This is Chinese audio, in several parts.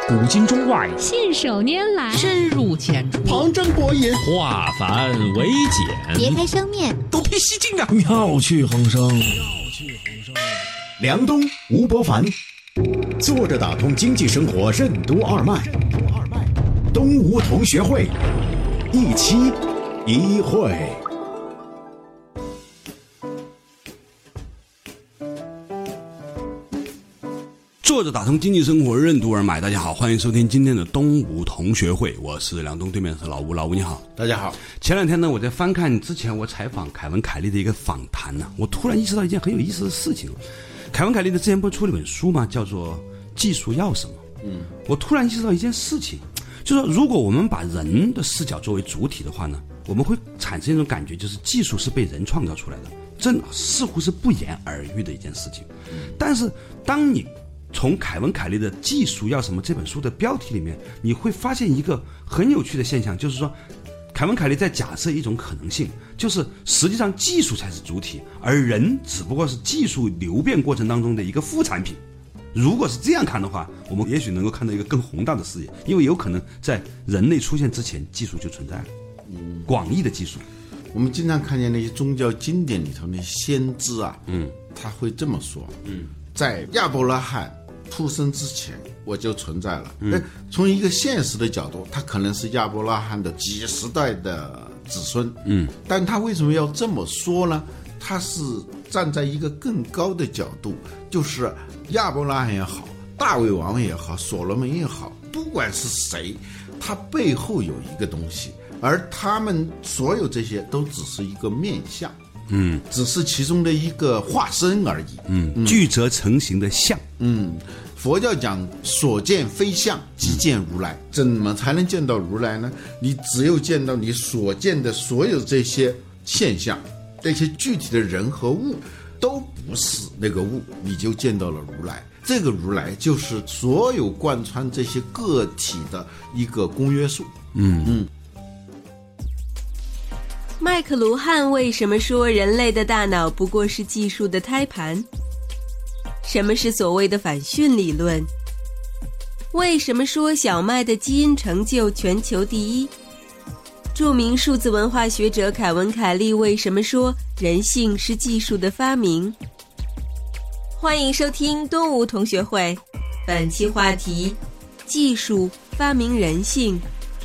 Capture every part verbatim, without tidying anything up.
古今中外， 信手拈来， 深入浅出， 旁征博引， 化繁为简， 别开生面， 独辟蹊径啊！ 妙趣横生，妙趣横生。梁冬、吴伯凡，坐着打通经济生活任督二脉。东吴同学会，一期一会。 坐着打通经济生活任督二脉，大家好，欢迎收听今天的东吴同学会，我是梁东，对面是老吴，老吴你好。 大家好。 前两天呢，我在翻看之前我采访凯文凯利的一个访谈呢，我突然意识到一件很有意思的事情。凯文凯利的之前不是出了一本书吗？叫做《技术要什么》。嗯，我突然意识到一件事情，就是说如果我们把人的视角作为主体的话呢，我们会产生一种感觉，就是技术是被人创造出来的，这似乎是不言而喻的一件事情。但是当你从凯文凯利的《技术要什么》这本书的标题里面，你会发现一个很有趣的现象，就是说凯文凯利在假设一种可能性，就是实际上技术才是主体，而人只不过是技术流变过程当中的一个副产品。如果是这样看的话，我们也许能够看到一个更宏大的视野，因为有可能在人类出现之前，技术就存在了，嗯，广义的技术。 我们经常看见那些宗教经典里头那些先知啊，嗯，他会这么说，嗯，在亚伯拉罕出生之前我就存在了。嗯，从一个现实的角度，他可能是亚伯拉罕的几十代的子孙。嗯，但他为什么要这么说呢？他是站在一个更高的角度，就是亚伯拉罕也好，大卫王也好，所罗门也好，不管是谁，他背后有一个东西，而他们所有这些都只是一个面相。嗯，只是其中的一个化身而已。 嗯，聚则成形的相。 嗯，佛教讲所见非相，即见如来。怎么才能见到如来呢？你只有见到你所见的所有这些现象，这些具体的人和物都不是那个物，你就见到了如来。这个如来就是所有贯穿这些个体的一个公约数。嗯嗯。 麦克卢汉为什么说人类的大脑不过是技术的胎盘？什么是所谓的反训理论？为什么说小麦的基因成就全球第一？著名数字文化学者凯文凯利为什么说人性是技术的发明？欢迎收听东吴同学会，本期话题：技术发明人性。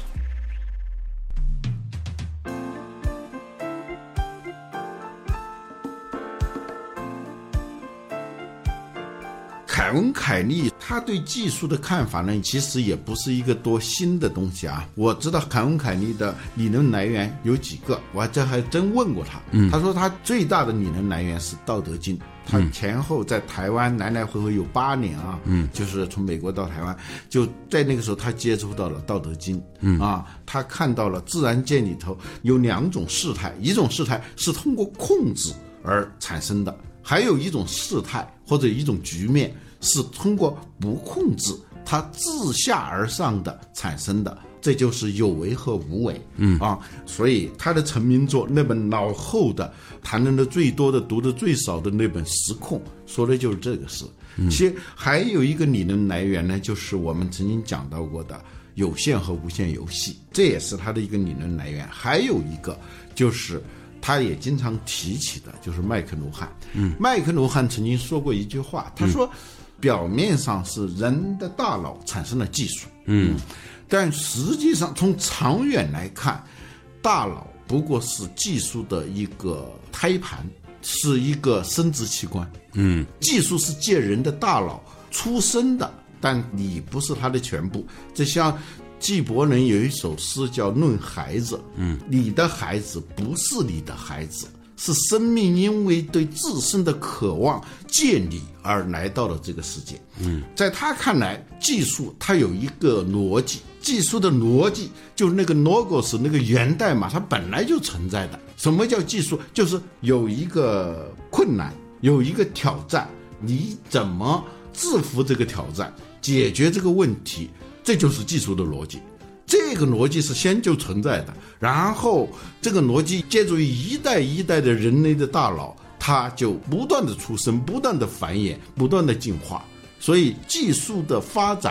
凯文凯利他对技术的看法呢，其实也不是一个多新的东西啊。我知道凯文凯利的理论来源有几个，我这还真问过他。嗯，他说他最大的理论来源是《道德经》，他前后在台湾来来回回有八年啊，嗯，就是从美国到台湾，就在那个时候他接触到了《道德经》，嗯啊，他看到了自然界里头有两种事态，一种事态是通过控制而产生的，还有一种事态或者一种局面是通过不控制它自下而上的产生的，这就是有为和无为。嗯啊，所以他的成名作那本老厚的谈论的最多的读的最少的那本《实控》说的就是这个事。嗯，其实还有一个理论来源呢，就是我们曾经讲到过的有限和无限游戏，这也是他的一个理论来源。还有一个就是他也经常提起的，就是麦克卢汉。嗯，麦克卢汉曾经说过一句话，他说，嗯，表面上是人的大脑产生了技术，嗯，但实际上从长远来看，大脑不过是技术的一个胎盘，是一个生殖器官。嗯，技术是借人的大脑出生的，但你不是它的全部。这像纪伯伦有一首诗叫《论孩子》，嗯，你的孩子不是你的孩子，是生命因为对自身的渴望借你而来到了这个世界。嗯，在他看来，技术它有一个逻辑，技术的逻辑就是那个 logos 那个源代码，它本来就存在的。什么叫技术？就是有一个困难，有一个挑战，你怎么制服这个挑战，解决这个问题，这就是技术的逻辑。这个逻辑是先就存在的，然后这个逻辑借助于一代一代的人类的大脑，它就不断的出生，不断的繁衍，不断的进化。所以技术的发展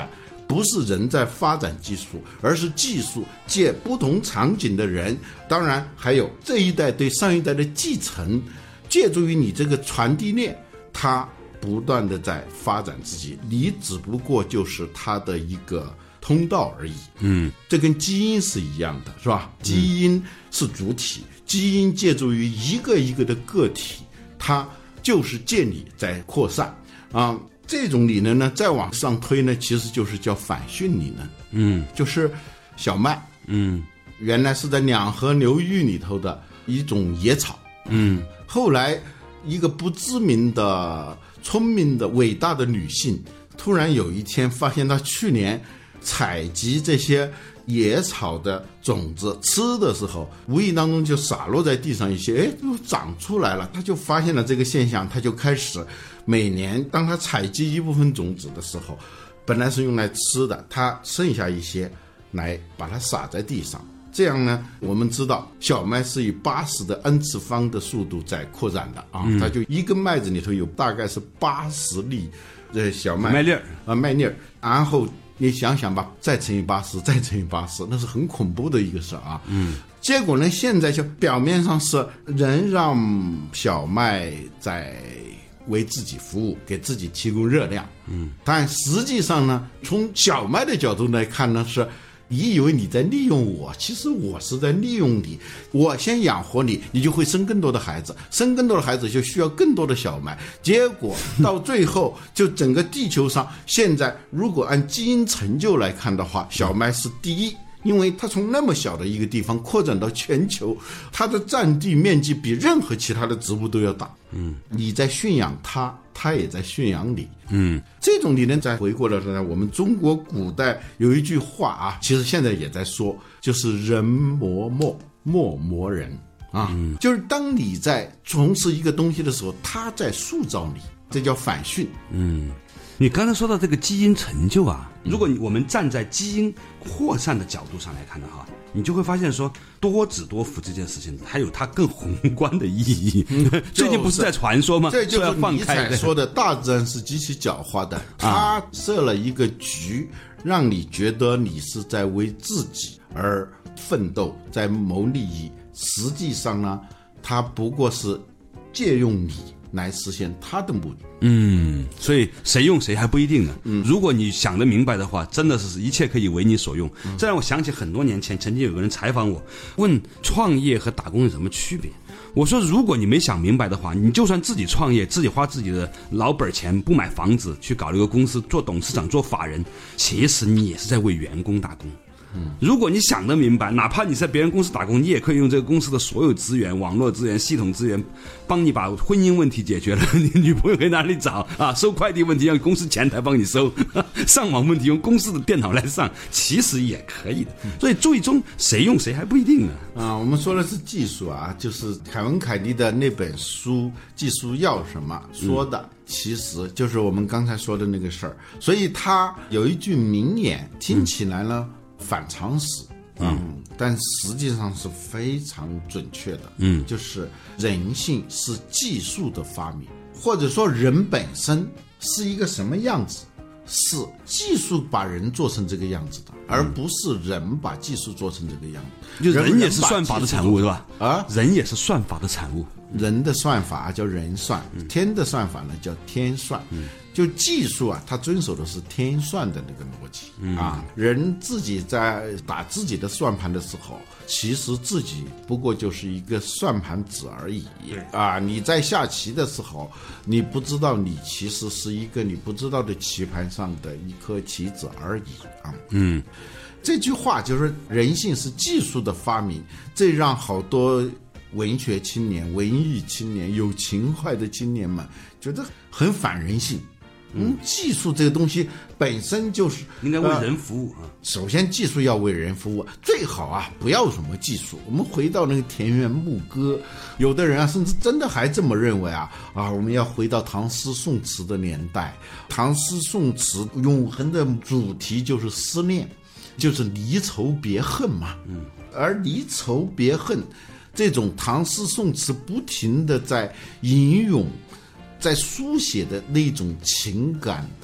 不是人在发展技术，而是技术借不同场景的人，当然还有这一代对上一代的继承，借助于你这个传递链，它不断的在发展自己，你只不过就是它的一个通道而已。嗯，这跟基因是一样的，是吧？基因是主体，基因借助于一个一个的个体，它就是建立在扩散啊。这种理论呢，再往上推呢，其实就是叫反训理论。嗯，就是小麦，嗯，原来是在两河流域里头的一种野草，嗯，后来一个不知名的聪明的伟大的女性，突然有一天发现她去年采集这些野草的种子吃的时候，无意当中就洒落在地上一些，哎，就长出来了。他就发现了这个现象，他就开始每年当他采集一部分种子的时候，本来是用来吃的，他剩下一些来把它撒在地上。这样呢，我们知道小麦是以八十的 n 次方的速度在扩展的啊，嗯、它就一根麦子里头有大概是八十粒这小麦麦粒儿啊麦粒儿，然后你想想吧，再乘以八十，再乘以八十，那是很恐怖的一个事啊。嗯，结果呢，现在就表面上是人让小麦在为自己服务，给自己提供热量。嗯，但实际上呢，从小麦的角度来看呢，是你以为你在利用我，其实我是在利用你。我先养活你，你就会生更多的孩子，生更多的孩子就需要更多的小麦。结果到最后，就整个地球上现在如果按基因成就来看的话，小麦是第一。因为它从那么小的一个地方扩展到全球，它的占地面积比任何其他的植物都要大。嗯，你在驯养它，它也在驯养你。嗯，这种理论再回过来呢，我们中国古代有一句话啊，其实现在也在说，就是人磨墨，墨磨人啊。嗯，就是当你在从事一个东西的时候，它在塑造你，这叫反训。 嗯。你刚才说到这个基因成就啊，如果我们站在基因扩散的角度上来看的话，你就会发现说多子多福这件事情还有它更宏观的意义。嗯、最近不是在传说吗？ 这就是尼采说的大自然是极其狡猾的，他设了一个局，让你觉得你是在为自己而奋斗，在谋利益，实际上呢，他不过是借用你来实现他的目的。 嗯，所以谁用谁还不一定呢。嗯，如果你想得明白的话，真的是一切可以为你所用。嗯、这让我想起很多年前曾经有个人采访我，问创业和打工有什么区别。我说如果你没想明白的话，你就算自己创业，自己花自己的老本钱，不买房子，去搞了一个公司，做董事长，做法人，其实你也是在为员工打工。嗯，如果你想得明白，哪怕你在别人公司打工，你也可以用这个公司的所有资源、网络资源、系统资源，帮你把婚姻问题解决了，你女朋友在哪里找啊？收快递问题让公司前台帮你收，上网问题用公司的电脑来上，其实也可以的。所以最终谁用谁还不一定呢。 啊，我们说的是技术啊，就是凯文·凯利的那本书《技术要什么》说的。嗯，其实就是我们刚才说的那个事儿，所以他有一句名言，听起来呢、嗯、反常识，嗯，但实际上是非常准确的，嗯，就是人性是技术的发明，或者说人本身是一个什么样子，是技术把人做成这个样子的，而不是人把技术做成这个样子。 就人也是算法的产物，是吧？ 啊， 人也是算法的产物。 人的算法叫人算，天的算法呢叫天算。嗯，就技术啊，它遵守的是天算的那个逻辑、嗯、啊。人自己在打自己的算盘的时候，其实自己不过就是一个算盘子而已啊。你在下棋的时候，你不知道你其实是一个你不知道的棋盘上的一颗棋子而已啊。嗯，这句话就是人性是技术的发明，这让好多文学青年、文艺青年、有情怀的青年们觉得很反人性。嗯，技术这个东西本身就是应该为人服务啊、呃。 首先，技术要为人服务，最好啊不要什么技术。我们回到那个田园牧歌，有的人啊，甚至真的还这么认为啊啊，我们要回到唐诗宋词的年代。唐诗宋词永恒的主题就是思念，就是离愁别恨嘛。嗯，而离愁别恨。这种唐诗宋词不停地在吟咏，在书写的那种情感的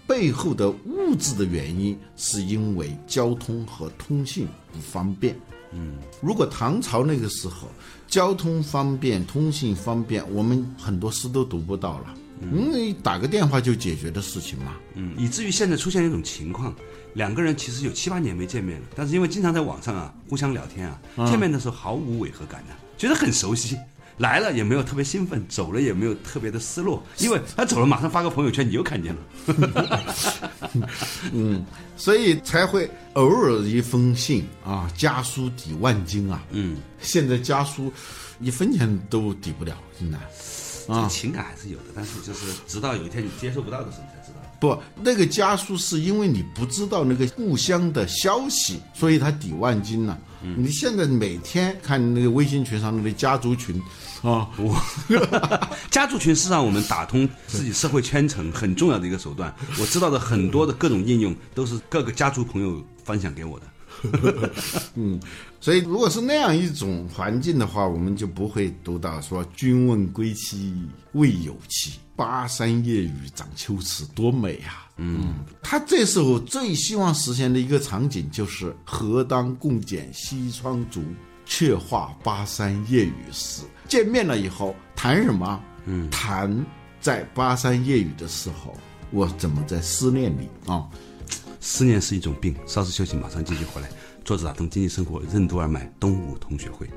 背后的物质的原因是因为交通和通信不方便。嗯，如果唐朝那个时候交通方便、通信方便，我们很多诗都读不到了。因为打个电话就解决的事情嘛。 嗯，以至于现在出现一种情况，两个人其实有七八年没见面了，但是因为经常在网上啊互相聊天啊，嗯、见面的时候毫无违和感的、啊，觉得很熟悉。来了也没有特别兴奋，走了也没有特别的失落，因为他走了马上发个朋友圈，你又看见了。 嗯，所以才会偶尔一封信啊，家书抵万金啊。嗯，现在家书一分钱都抵不了，现在。 啊，情感还是有的，但是就是直到有一天你接受不到的时候才知道。 不，那个家书是因为你不知道那个故乡的消息，所以它抵万金呢、啊。嗯、你现在每天看那个微信群上那个家族群啊，我家族群是让我们打通自己社会圈层很重要的一个手段。我知道的很多的各种应用都是各个家族朋友分享给我的。 嗯，所以如果是那样一种环境的话，我们就不会读到说君问归期未有期，巴山夜雨涨秋池，多美啊。嗯，他这时候最希望实现的一个场景就是何当共剪西窗烛，却话巴山夜雨时。见面了以后谈什么？嗯，谈在巴山夜雨的时候我怎么在思念你啊、哦。 思念是一种病，稍事休息，马上继续回来。作者打通经济生活任督二脉东吴同学会。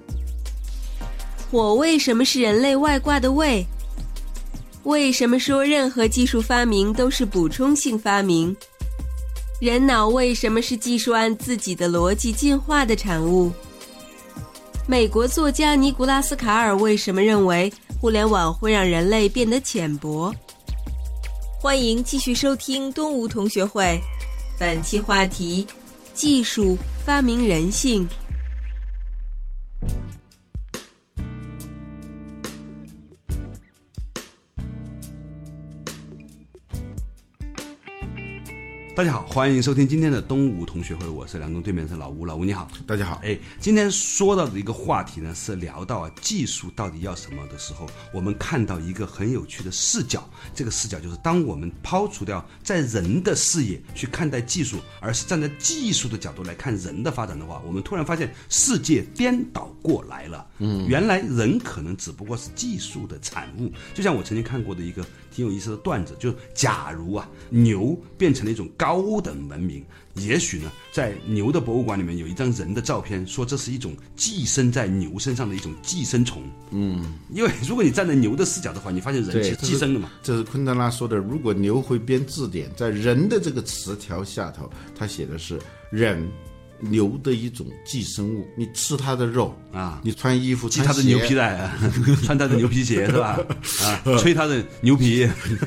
火为什么是人类外挂的胃？为什么说任何技术发明都是补充性发明？人脑为什么是技术按自己的逻辑进化的产物？美国作家尼古拉斯卡尔为什么认为互联网会让人类变得浅薄？欢迎继续收听东吴同学会，本期话题：技术发明人性。 大家好，欢迎收听今天的东吴同学会，我是梁东，对面是老吴，老吴你好。 大家好。 哎，今天说到的一个话题呢，是聊到啊技术到底要什么的时候，我们看到一个很有趣的视角。这个视角就是当我们抛除掉在人的视野去看待技术，而是站在技术的角度来看人的发展的话，我们突然发现世界颠倒过来了。嗯，原来人可能只不过是技术的产物。就像我曾经看过的一个挺有意思的段子，就是假如啊牛变成了一种高等文明，也许呢在牛的博物馆里面有一张人的照片，说这是一种寄生在牛身上的一种寄生虫。嗯，因为如果你站在牛的视角的话，你发现人其实寄生了嘛。 这是昆德拉说的，如果牛会编字典，在人的这个词条下头他写的是人牛的一种寄生物，你吃它的肉啊，你穿衣服系它的牛皮带、啊、穿它的牛皮鞋是吧？啊，吹它的牛皮。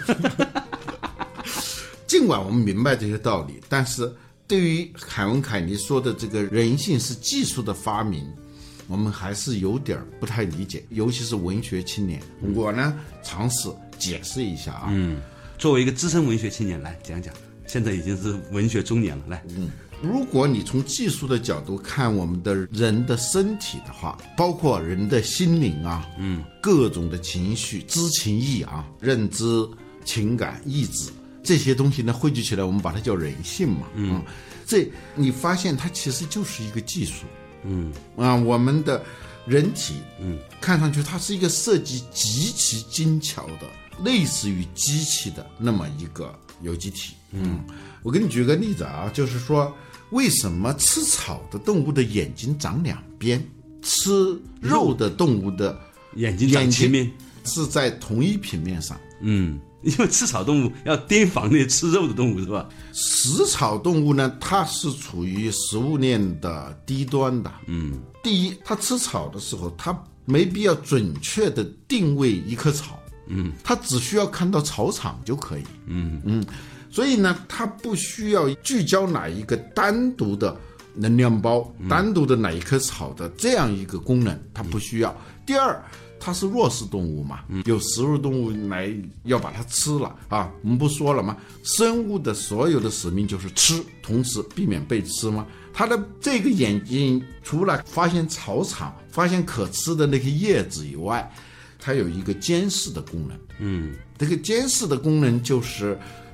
尽管我们明白这些道理，但是对于凯文凯尼说的这个人性是技术的发明，我们还是有点不太理解，尤其是文学青年。我呢尝试解释一下啊。 嗯，作为一个资深文学青年来讲讲，现在已经是文学中年了，来。 嗯，如果你从技术的角度看我们的人的身体的话，包括人的心灵啊，嗯，各种的情绪、知情意啊、认知、情感、意志这些东西呢，汇聚起来，我们把它叫人性嘛。嗯，这你发现它其实就是一个技术。嗯啊，我们的人体，嗯，看上去它是一个设计极其精巧的，类似于机器的那么一个有机体。嗯，我给你举个例子啊，就是说，为什么吃草的动物的眼睛长两边，吃肉的动物的眼睛长前面， 是在同一平面上？ 嗯。因为吃草动物要提防那些吃肉的动物是吧？ 食草动物呢，它是处于食物链的低端的。嗯，第一，它吃草的时候，它没必要准确的定位一棵草。嗯，它只需要看到草场就可以。嗯嗯，所以呢，它不需要聚焦哪一个单独的能量包、嗯、单独的哪一棵草的这样一个功能，它不需要。嗯、第二，它是弱势动物嘛，有食肉动物来要把它吃了啊，我们不说了吗？生物的所有的使命就是吃，同时避免被吃吗？它的这个眼睛除了发现草场、发现可吃的那些叶子以外，它有一个监视的功能。嗯，这个监视的功能就是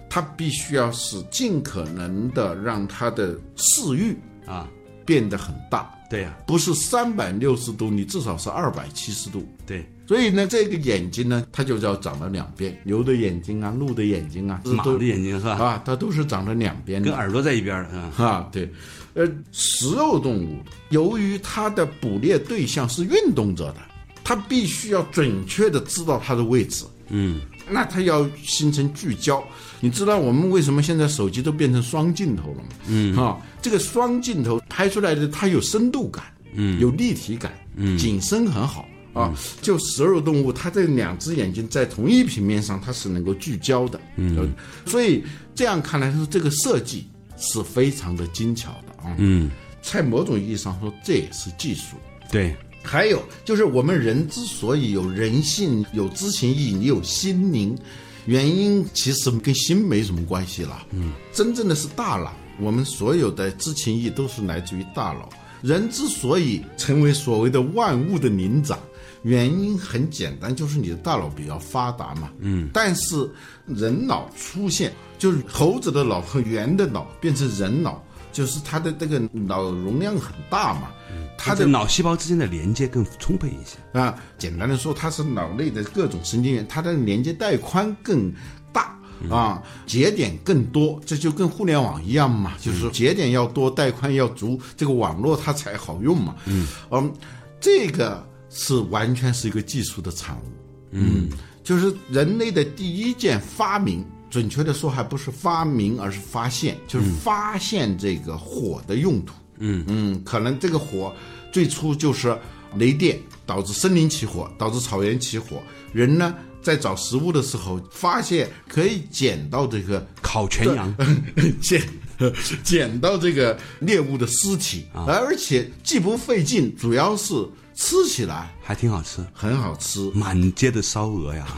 他必须要是尽可能的让他的视域啊变得很大。 对呀、啊， 不是三百六十度，你至少是二百七十度。 对， 所以呢，这个眼睛呢，它就叫长了两边，牛的眼睛啊，鹿的眼睛啊， 马的眼睛是吧？ 啊，它都是长着两边的， 跟耳朵在一边的啊。 啊，对，呃，食肉动物由于它的捕猎对象是运动者的，它必须要准确的知道它的位置。 嗯， 那它要形成聚焦。你知道我们为什么现在手机都变成双镜头了吗？嗯，啊，这个双镜头拍出来的它有深度感，嗯，有立体感，嗯，景深很好啊。嗯、就食肉动物，它这两只眼睛在同一平面上，它是能够聚焦的，嗯，所以这样看来说，这个设计是非常的精巧的啊。嗯，在某种意义上说，这也是技术。 对。 还有就是我们人之所以有人性、有知情意，你有心灵，原因其实跟心没什么关系了。嗯，真正的是大脑，我们所有的知情意都是来自于大脑。人之所以成为所谓的万物的灵长，原因很简单，就是你的大脑比较发达嘛。嗯，但是人脑出现，就是猴子的脑和猿的脑变成人脑，就是它的这个脑容量很大嘛。 它的脑细胞之间的连接更充沛一些啊。简单的说，它是脑内的各种神经元，它的连接带宽更大啊，节点更多，这就跟互联网一样嘛，就是说节点要多，带宽要足，这个网络它才好用嘛。嗯，嗯，这个是完全是一个技术的产物。嗯，就是人类的第一件发明。准确的说，还不是发明，而是发现，就是发现这个火的用途。嗯嗯，可能这个火最初就是雷电导致森林起火，导致草原起火。人呢在找食物的时候，发现可以捡到这个烤全羊， 捡捡到这个猎物的尸体，啊、而且既不费劲，主要是吃起来还挺好吃， 很好吃， 满街的烧鹅呀。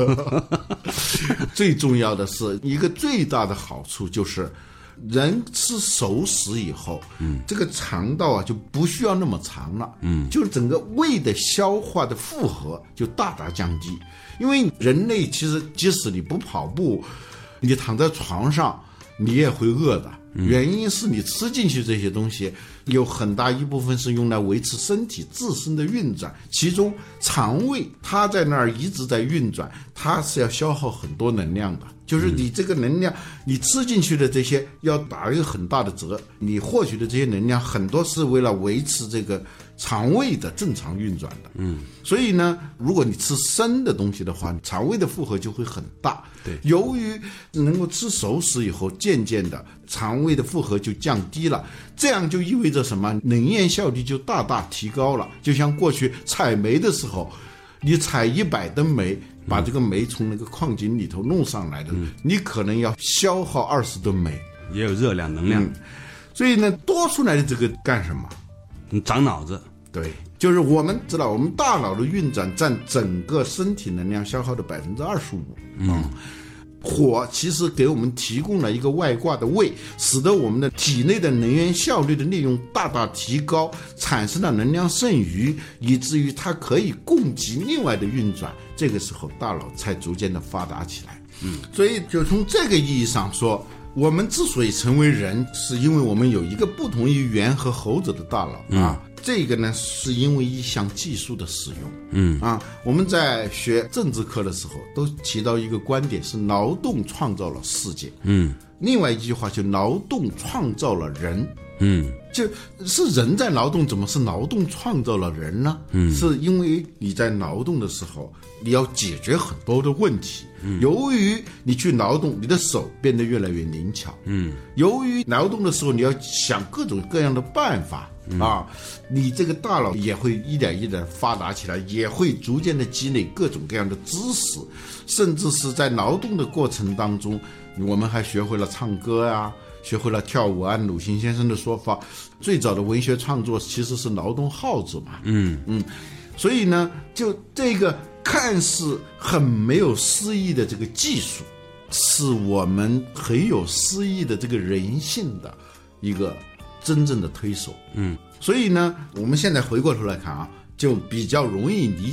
最重要的是一个最大的好处就是。人吃熟食以后，嗯，这个肠道啊就不需要那么长了，嗯，就是整个胃的消化的负荷就大大降低。因为人类其实即使你不跑步，你躺在床上，你也会饿的。原因是你吃进去这些东西有很大一部分是用来维持身体自身的运转，其中肠胃它在那儿一直在运转，它是要消耗很多能量的。就是你这个能量，你吃进去的这些要打一个很大的折，你获取的这些能量很多是为了维持这个肠胃的正常运转的。嗯，所以呢，如果你吃生的东西的话，肠胃的负荷就会很大。 对， 由于能够吃熟食以后，渐渐的肠胃的负荷就降低了，这样就意味着什么？能验效率就大大提高了。就像过去采煤的时候，你采一百吨煤，把这个煤从那个矿井里头弄上来的，嗯、你可能要消耗二十吨煤， 也有热量能量。嗯、 所以呢，多出来的这个干什么？ 嗯、长脑子。 对，就是我们知道，我们大脑的运转占整个身体能量消耗的百分之二十五。嗯。火其实给我们提供了一个外挂的胃，使得我们的体内的能源效率的利用大大提高，产生了能量剩余，以至于它可以供给另外的运转。这个时候大脑才逐渐的发达起来。嗯，所以就从这个意义上说，我们之所以成为人，是因为我们有一个不同于猿和猴子的大脑、嗯、啊。这个呢，是因为一项技术的使用。嗯啊，我们在学政治课的时候都提到一个观点，是劳动创造了世界。嗯，另外一句话就劳动创造了人。嗯，就是人在劳动，怎么是劳动创造了人呢？嗯，是因为你在劳动的时候，你要解决很多的问题。嗯，由于你去劳动，你的手变得越来越灵巧。嗯，由于劳动的时候，你要想各种各样的办法。嗯、啊，你这个大脑也会一点一点发达起来，也会逐渐的积累各种各样的知识，甚至是在劳动的过程当中，我们还学会了唱歌啊，学会了跳舞。按鲁迅先生的说法，最早的文学创作其实是劳动号子嘛。嗯嗯，所以呢，就这个看似很没有诗意的这个技术，是我们很有诗意的这个人性的一个真正的推手。嗯，所以呢，我们现在回过头来看啊，就比较容易理解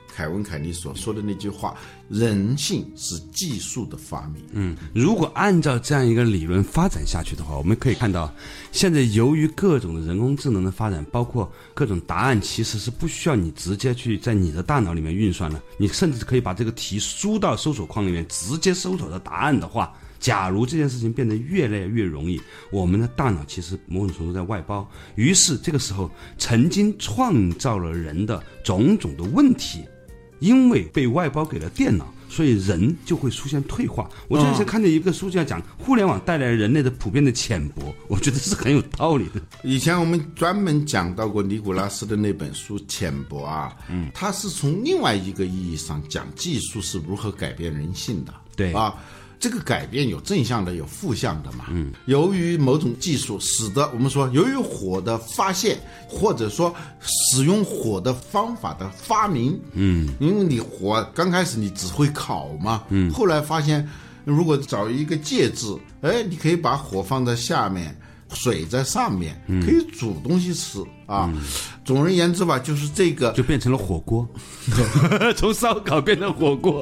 凯文凯利所说的那句话，人性是技术的发明。 嗯，如果按照这样一个理论发展下去的话，我们可以看到，现在由于各种的人工智能的发展，包括各种答案其实是不需要你直接去在你的大脑里面运算了，你甚至可以把这个题输到搜索框里面，直接搜索到答案的话，假如这件事情变得越来越容易，我们的大脑其实某种程度在外包，于是这个时候曾经创造了人的种种的问题，因为被外包给了电脑，所以人就会出现退化。我之前看见一个书叫讲互联网带来人类的普遍的浅薄，我觉得是很有道理的。 以前我们专门讲到过尼古拉斯的那本书《浅薄》啊，嗯，它是从另外一个意义上讲技术是如何改变人性的。 对啊。这个改变有正向的有负向的嘛，嗯，由于某种技术使得我们说由于火的发现或者说使用火的方法的发明，嗯，因为你火刚开始你只会烤嘛，嗯，后来发现如果找一个介质，哎，你可以把火放在下面，水在上面，可以煮东西吃啊。嗯、总而言之吧，就是这个就变成了火锅，从烧烤变成火锅。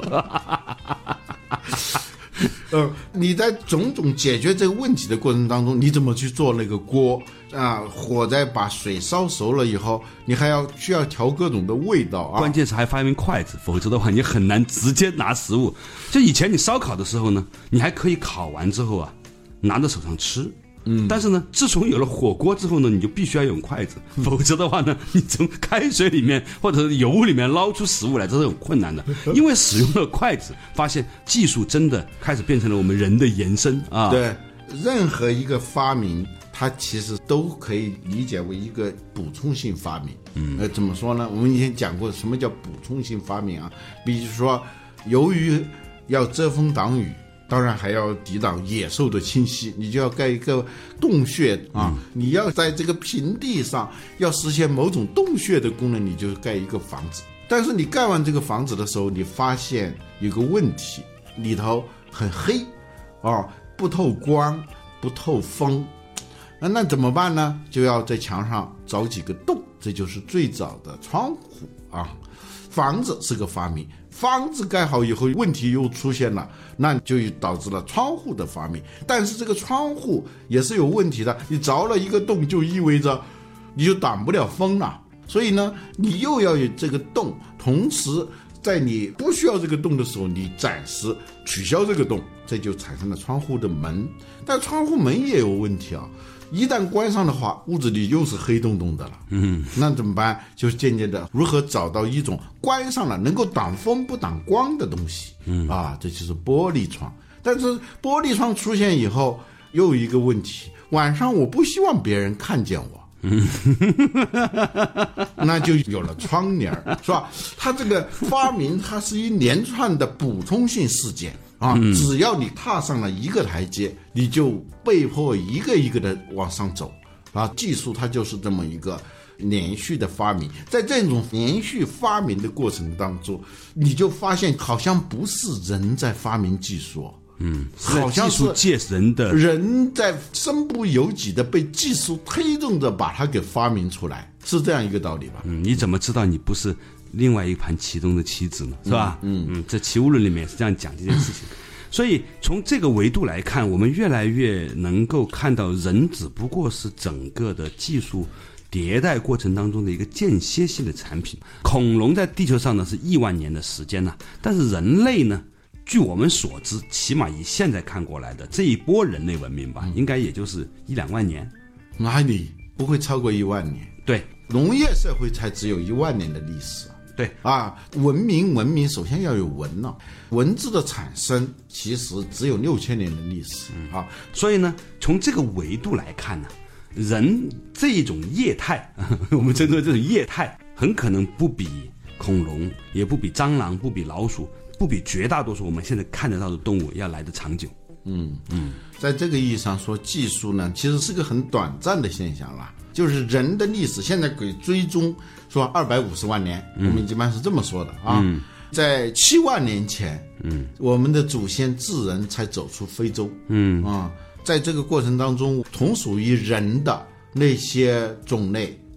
呃，你在种种解决这个问题的过程当中，你怎么去做那个锅啊？火在把水烧熟了以后，你还要需要调各种的味道啊。 关键是还发明筷子，否则的话你很难直接拿食物。就以前你烧烤的时候呢，你还可以烤完之后啊，拿在手上吃。嗯，但是呢，自从有了火锅之后呢，你就必须要用筷子，否则的话呢，你从开水里面或者是油里面捞出食物来，这是很困难的。因为使用了筷子，发现技术真的开始变成了我们人的延伸啊。 对，任何一个发明，它其实都可以理解为一个补充性发明。嗯，呃，怎么说呢？我们以前讲过什么叫补充性发明啊？比如说，由于要遮风挡雨。当然还要抵挡野兽的侵袭，你就要盖一个洞穴啊！嗯、你要在这个平地上要实现某种洞穴的功能，你就盖一个房子。但是你盖完这个房子的时候，你发现有个问题，里头很黑，啊，不透光，不透风，那那怎么办呢？就要在墙上找几个洞，这就是最早的窗户啊。房子是个发明，房子盖好以后问题又出现了，那就导致了窗户的发明。但是这个窗户也是有问题的，你凿了一个洞就意味着你就挡不了风了，所以呢你又要有这个洞，同时在你不需要这个洞的时候你暂时取消这个洞，这就产生了窗户的门。但窗户门也有问题啊，一旦关上的话，屋子里又是黑洞洞的了。嗯，那怎么办？就渐渐的如何找到一种关上了能够挡风不挡光的东西。嗯啊，这就是玻璃窗。但是玻璃窗出现以后，又有一个问题，晚上我不希望别人看见我。嗯，那就有了窗帘，是吧？它这个发明，它是一连串的补充性事件。啊，只要你踏上了一个台阶，你就被迫一个一个的往上走啊！技术它就是这么一个连续的发明，在这种连续发明的过程当中，你就发现好像不是人在发明技术， 嗯，好像是技术界人的人在身不由己的被技术推动着把它给发明出来，是这样一个道理吧？ 嗯，你怎么知道你不是另外一盘棋中的棋子呢？是吧？嗯嗯，这齐物论里面也是这样讲这件事情。所以从这个维度来看，我们越来越能够看到人只不过是整个的技术迭代过程当中的一个间歇性的产品。恐龙在地球上呢是亿万年的时间呢、啊，但是人类呢，据我们所知，起码以现在看过来的这一波人类文明吧，嗯、应该也就是一两万年。 哪里不会超过一万年？ 对， 农业社会才只有一万年的历史。 对啊，文明文明首先要有文呢、啊，文字的产生其实只有六千年的历史、嗯、啊。 所以呢，从这个维度来看呢，人这种业态，我们称作这种业态，很可能不比恐龙，也不比蟑螂，不比老鼠，不比绝大多数我们现在看得到的动物要来得长久。 嗯嗯，在这个意义上说，技术呢其实是个很短暂的现象啦。就是人的历史现在给追踪说二百五十万年、嗯、我们一般是这么说的啊、嗯、在七万年前嗯，我们的祖先智人才走出非洲嗯啊，在这个过程当中同属于人的那些种类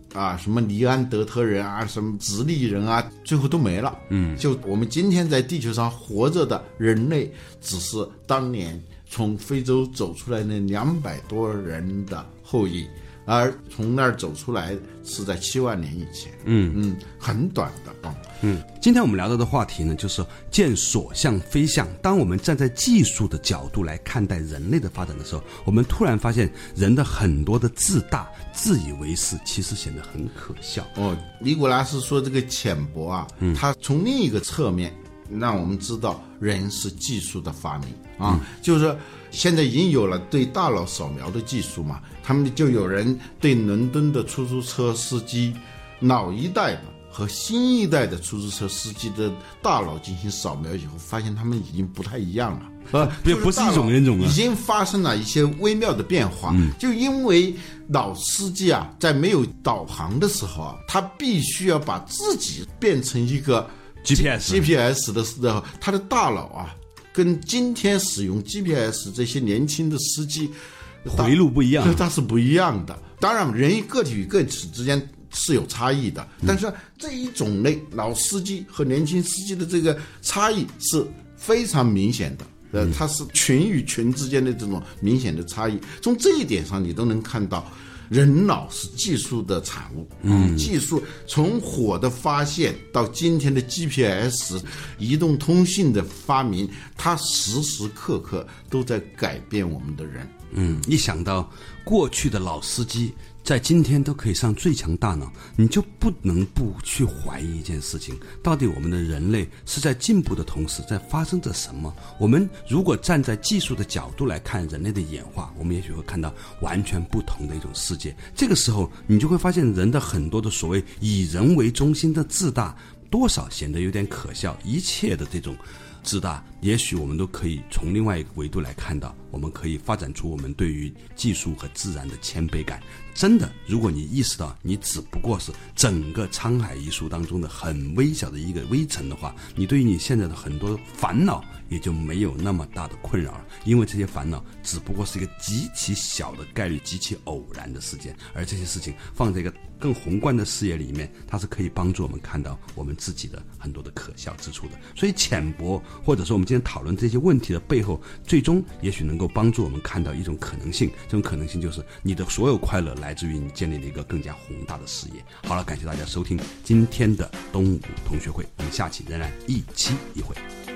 啊，什么尼安德特人啊，什么直立人啊，最后都没了。嗯，就我们今天在地球上活着的人类，只是当年从非洲走出来那两百多人的后裔。而从那儿走出来是在七万年以前，嗯嗯，很短的啊。 嗯，今天我们聊到的话题呢，就是见所向非向。当我们站在技术的角度来看待人类的发展的时候，我们突然发现人的很多的自大、自以为是，其实显得很可笑。 哦，尼古拉斯说这个浅薄啊，嗯，他从另一个侧面让我们知道人是技术的发明啊，嗯、就是说现在已经有了对大脑扫描的技术嘛，他们就有人对伦敦的出租车司机老一代的和新一代的出租车司机的大脑进行扫描以后，发现他们已经不太一样了。呃， 不不是一种人种了， 已经发生了一些微妙的变化。嗯，就因为老司机啊，在没有导航的时候啊，他必须要把自己变成一个 G P S G P S 的时候，他的大脑啊，跟今天使用 G P S 这些年轻的司机回路不一样， 它是不一样的。当然，人个体与个体之间是有差异的，但是这一种类老司机和年轻司机的这个差异是非常明显的。呃，它是群与群之间的这种明显的差异。从这一点上，你都能看到，人脑是技术的产物。嗯，技术从火的发现到今天的 G P S、移动通信的发明，它时时刻刻都在改变我们的人。 嗯，一想到过去的老司机在今天都可以上最强大脑，你就不能不去怀疑一件事情，到底我们的人类是在进步的同时在发生着什么。我们如果站在技术的角度来看人类的演化，我们也许会看到完全不同的一种世界。这个时候你就会发现人的很多的所谓以人为中心的自大多少显得有点可笑，一切的这种自大也许我们都可以从另外一个维度来看到，我们可以发展出我们对于技术和自然的谦卑感。真的，如果你意识到你只不过是整个沧海一粟当中的很微小的一个微尘的话，你对于你现在的很多烦恼也就没有那么大的困扰了，因为这些烦恼只不过是一个极其小的概率、极其偶然的事件，而这些事情放在一个更宏观的视野里面，它是可以帮助我们看到我们自己的很多的可笑之处的。所以浅薄，或者说我们今天讨论这些问题的背后，最终也许能够帮助我们看到一种可能性，这种可能性就是你的所有快乐来自于你建立了一个更加宏大的事业。好了，感谢大家收听今天的东吴同学会，我们下期仍然一期一会。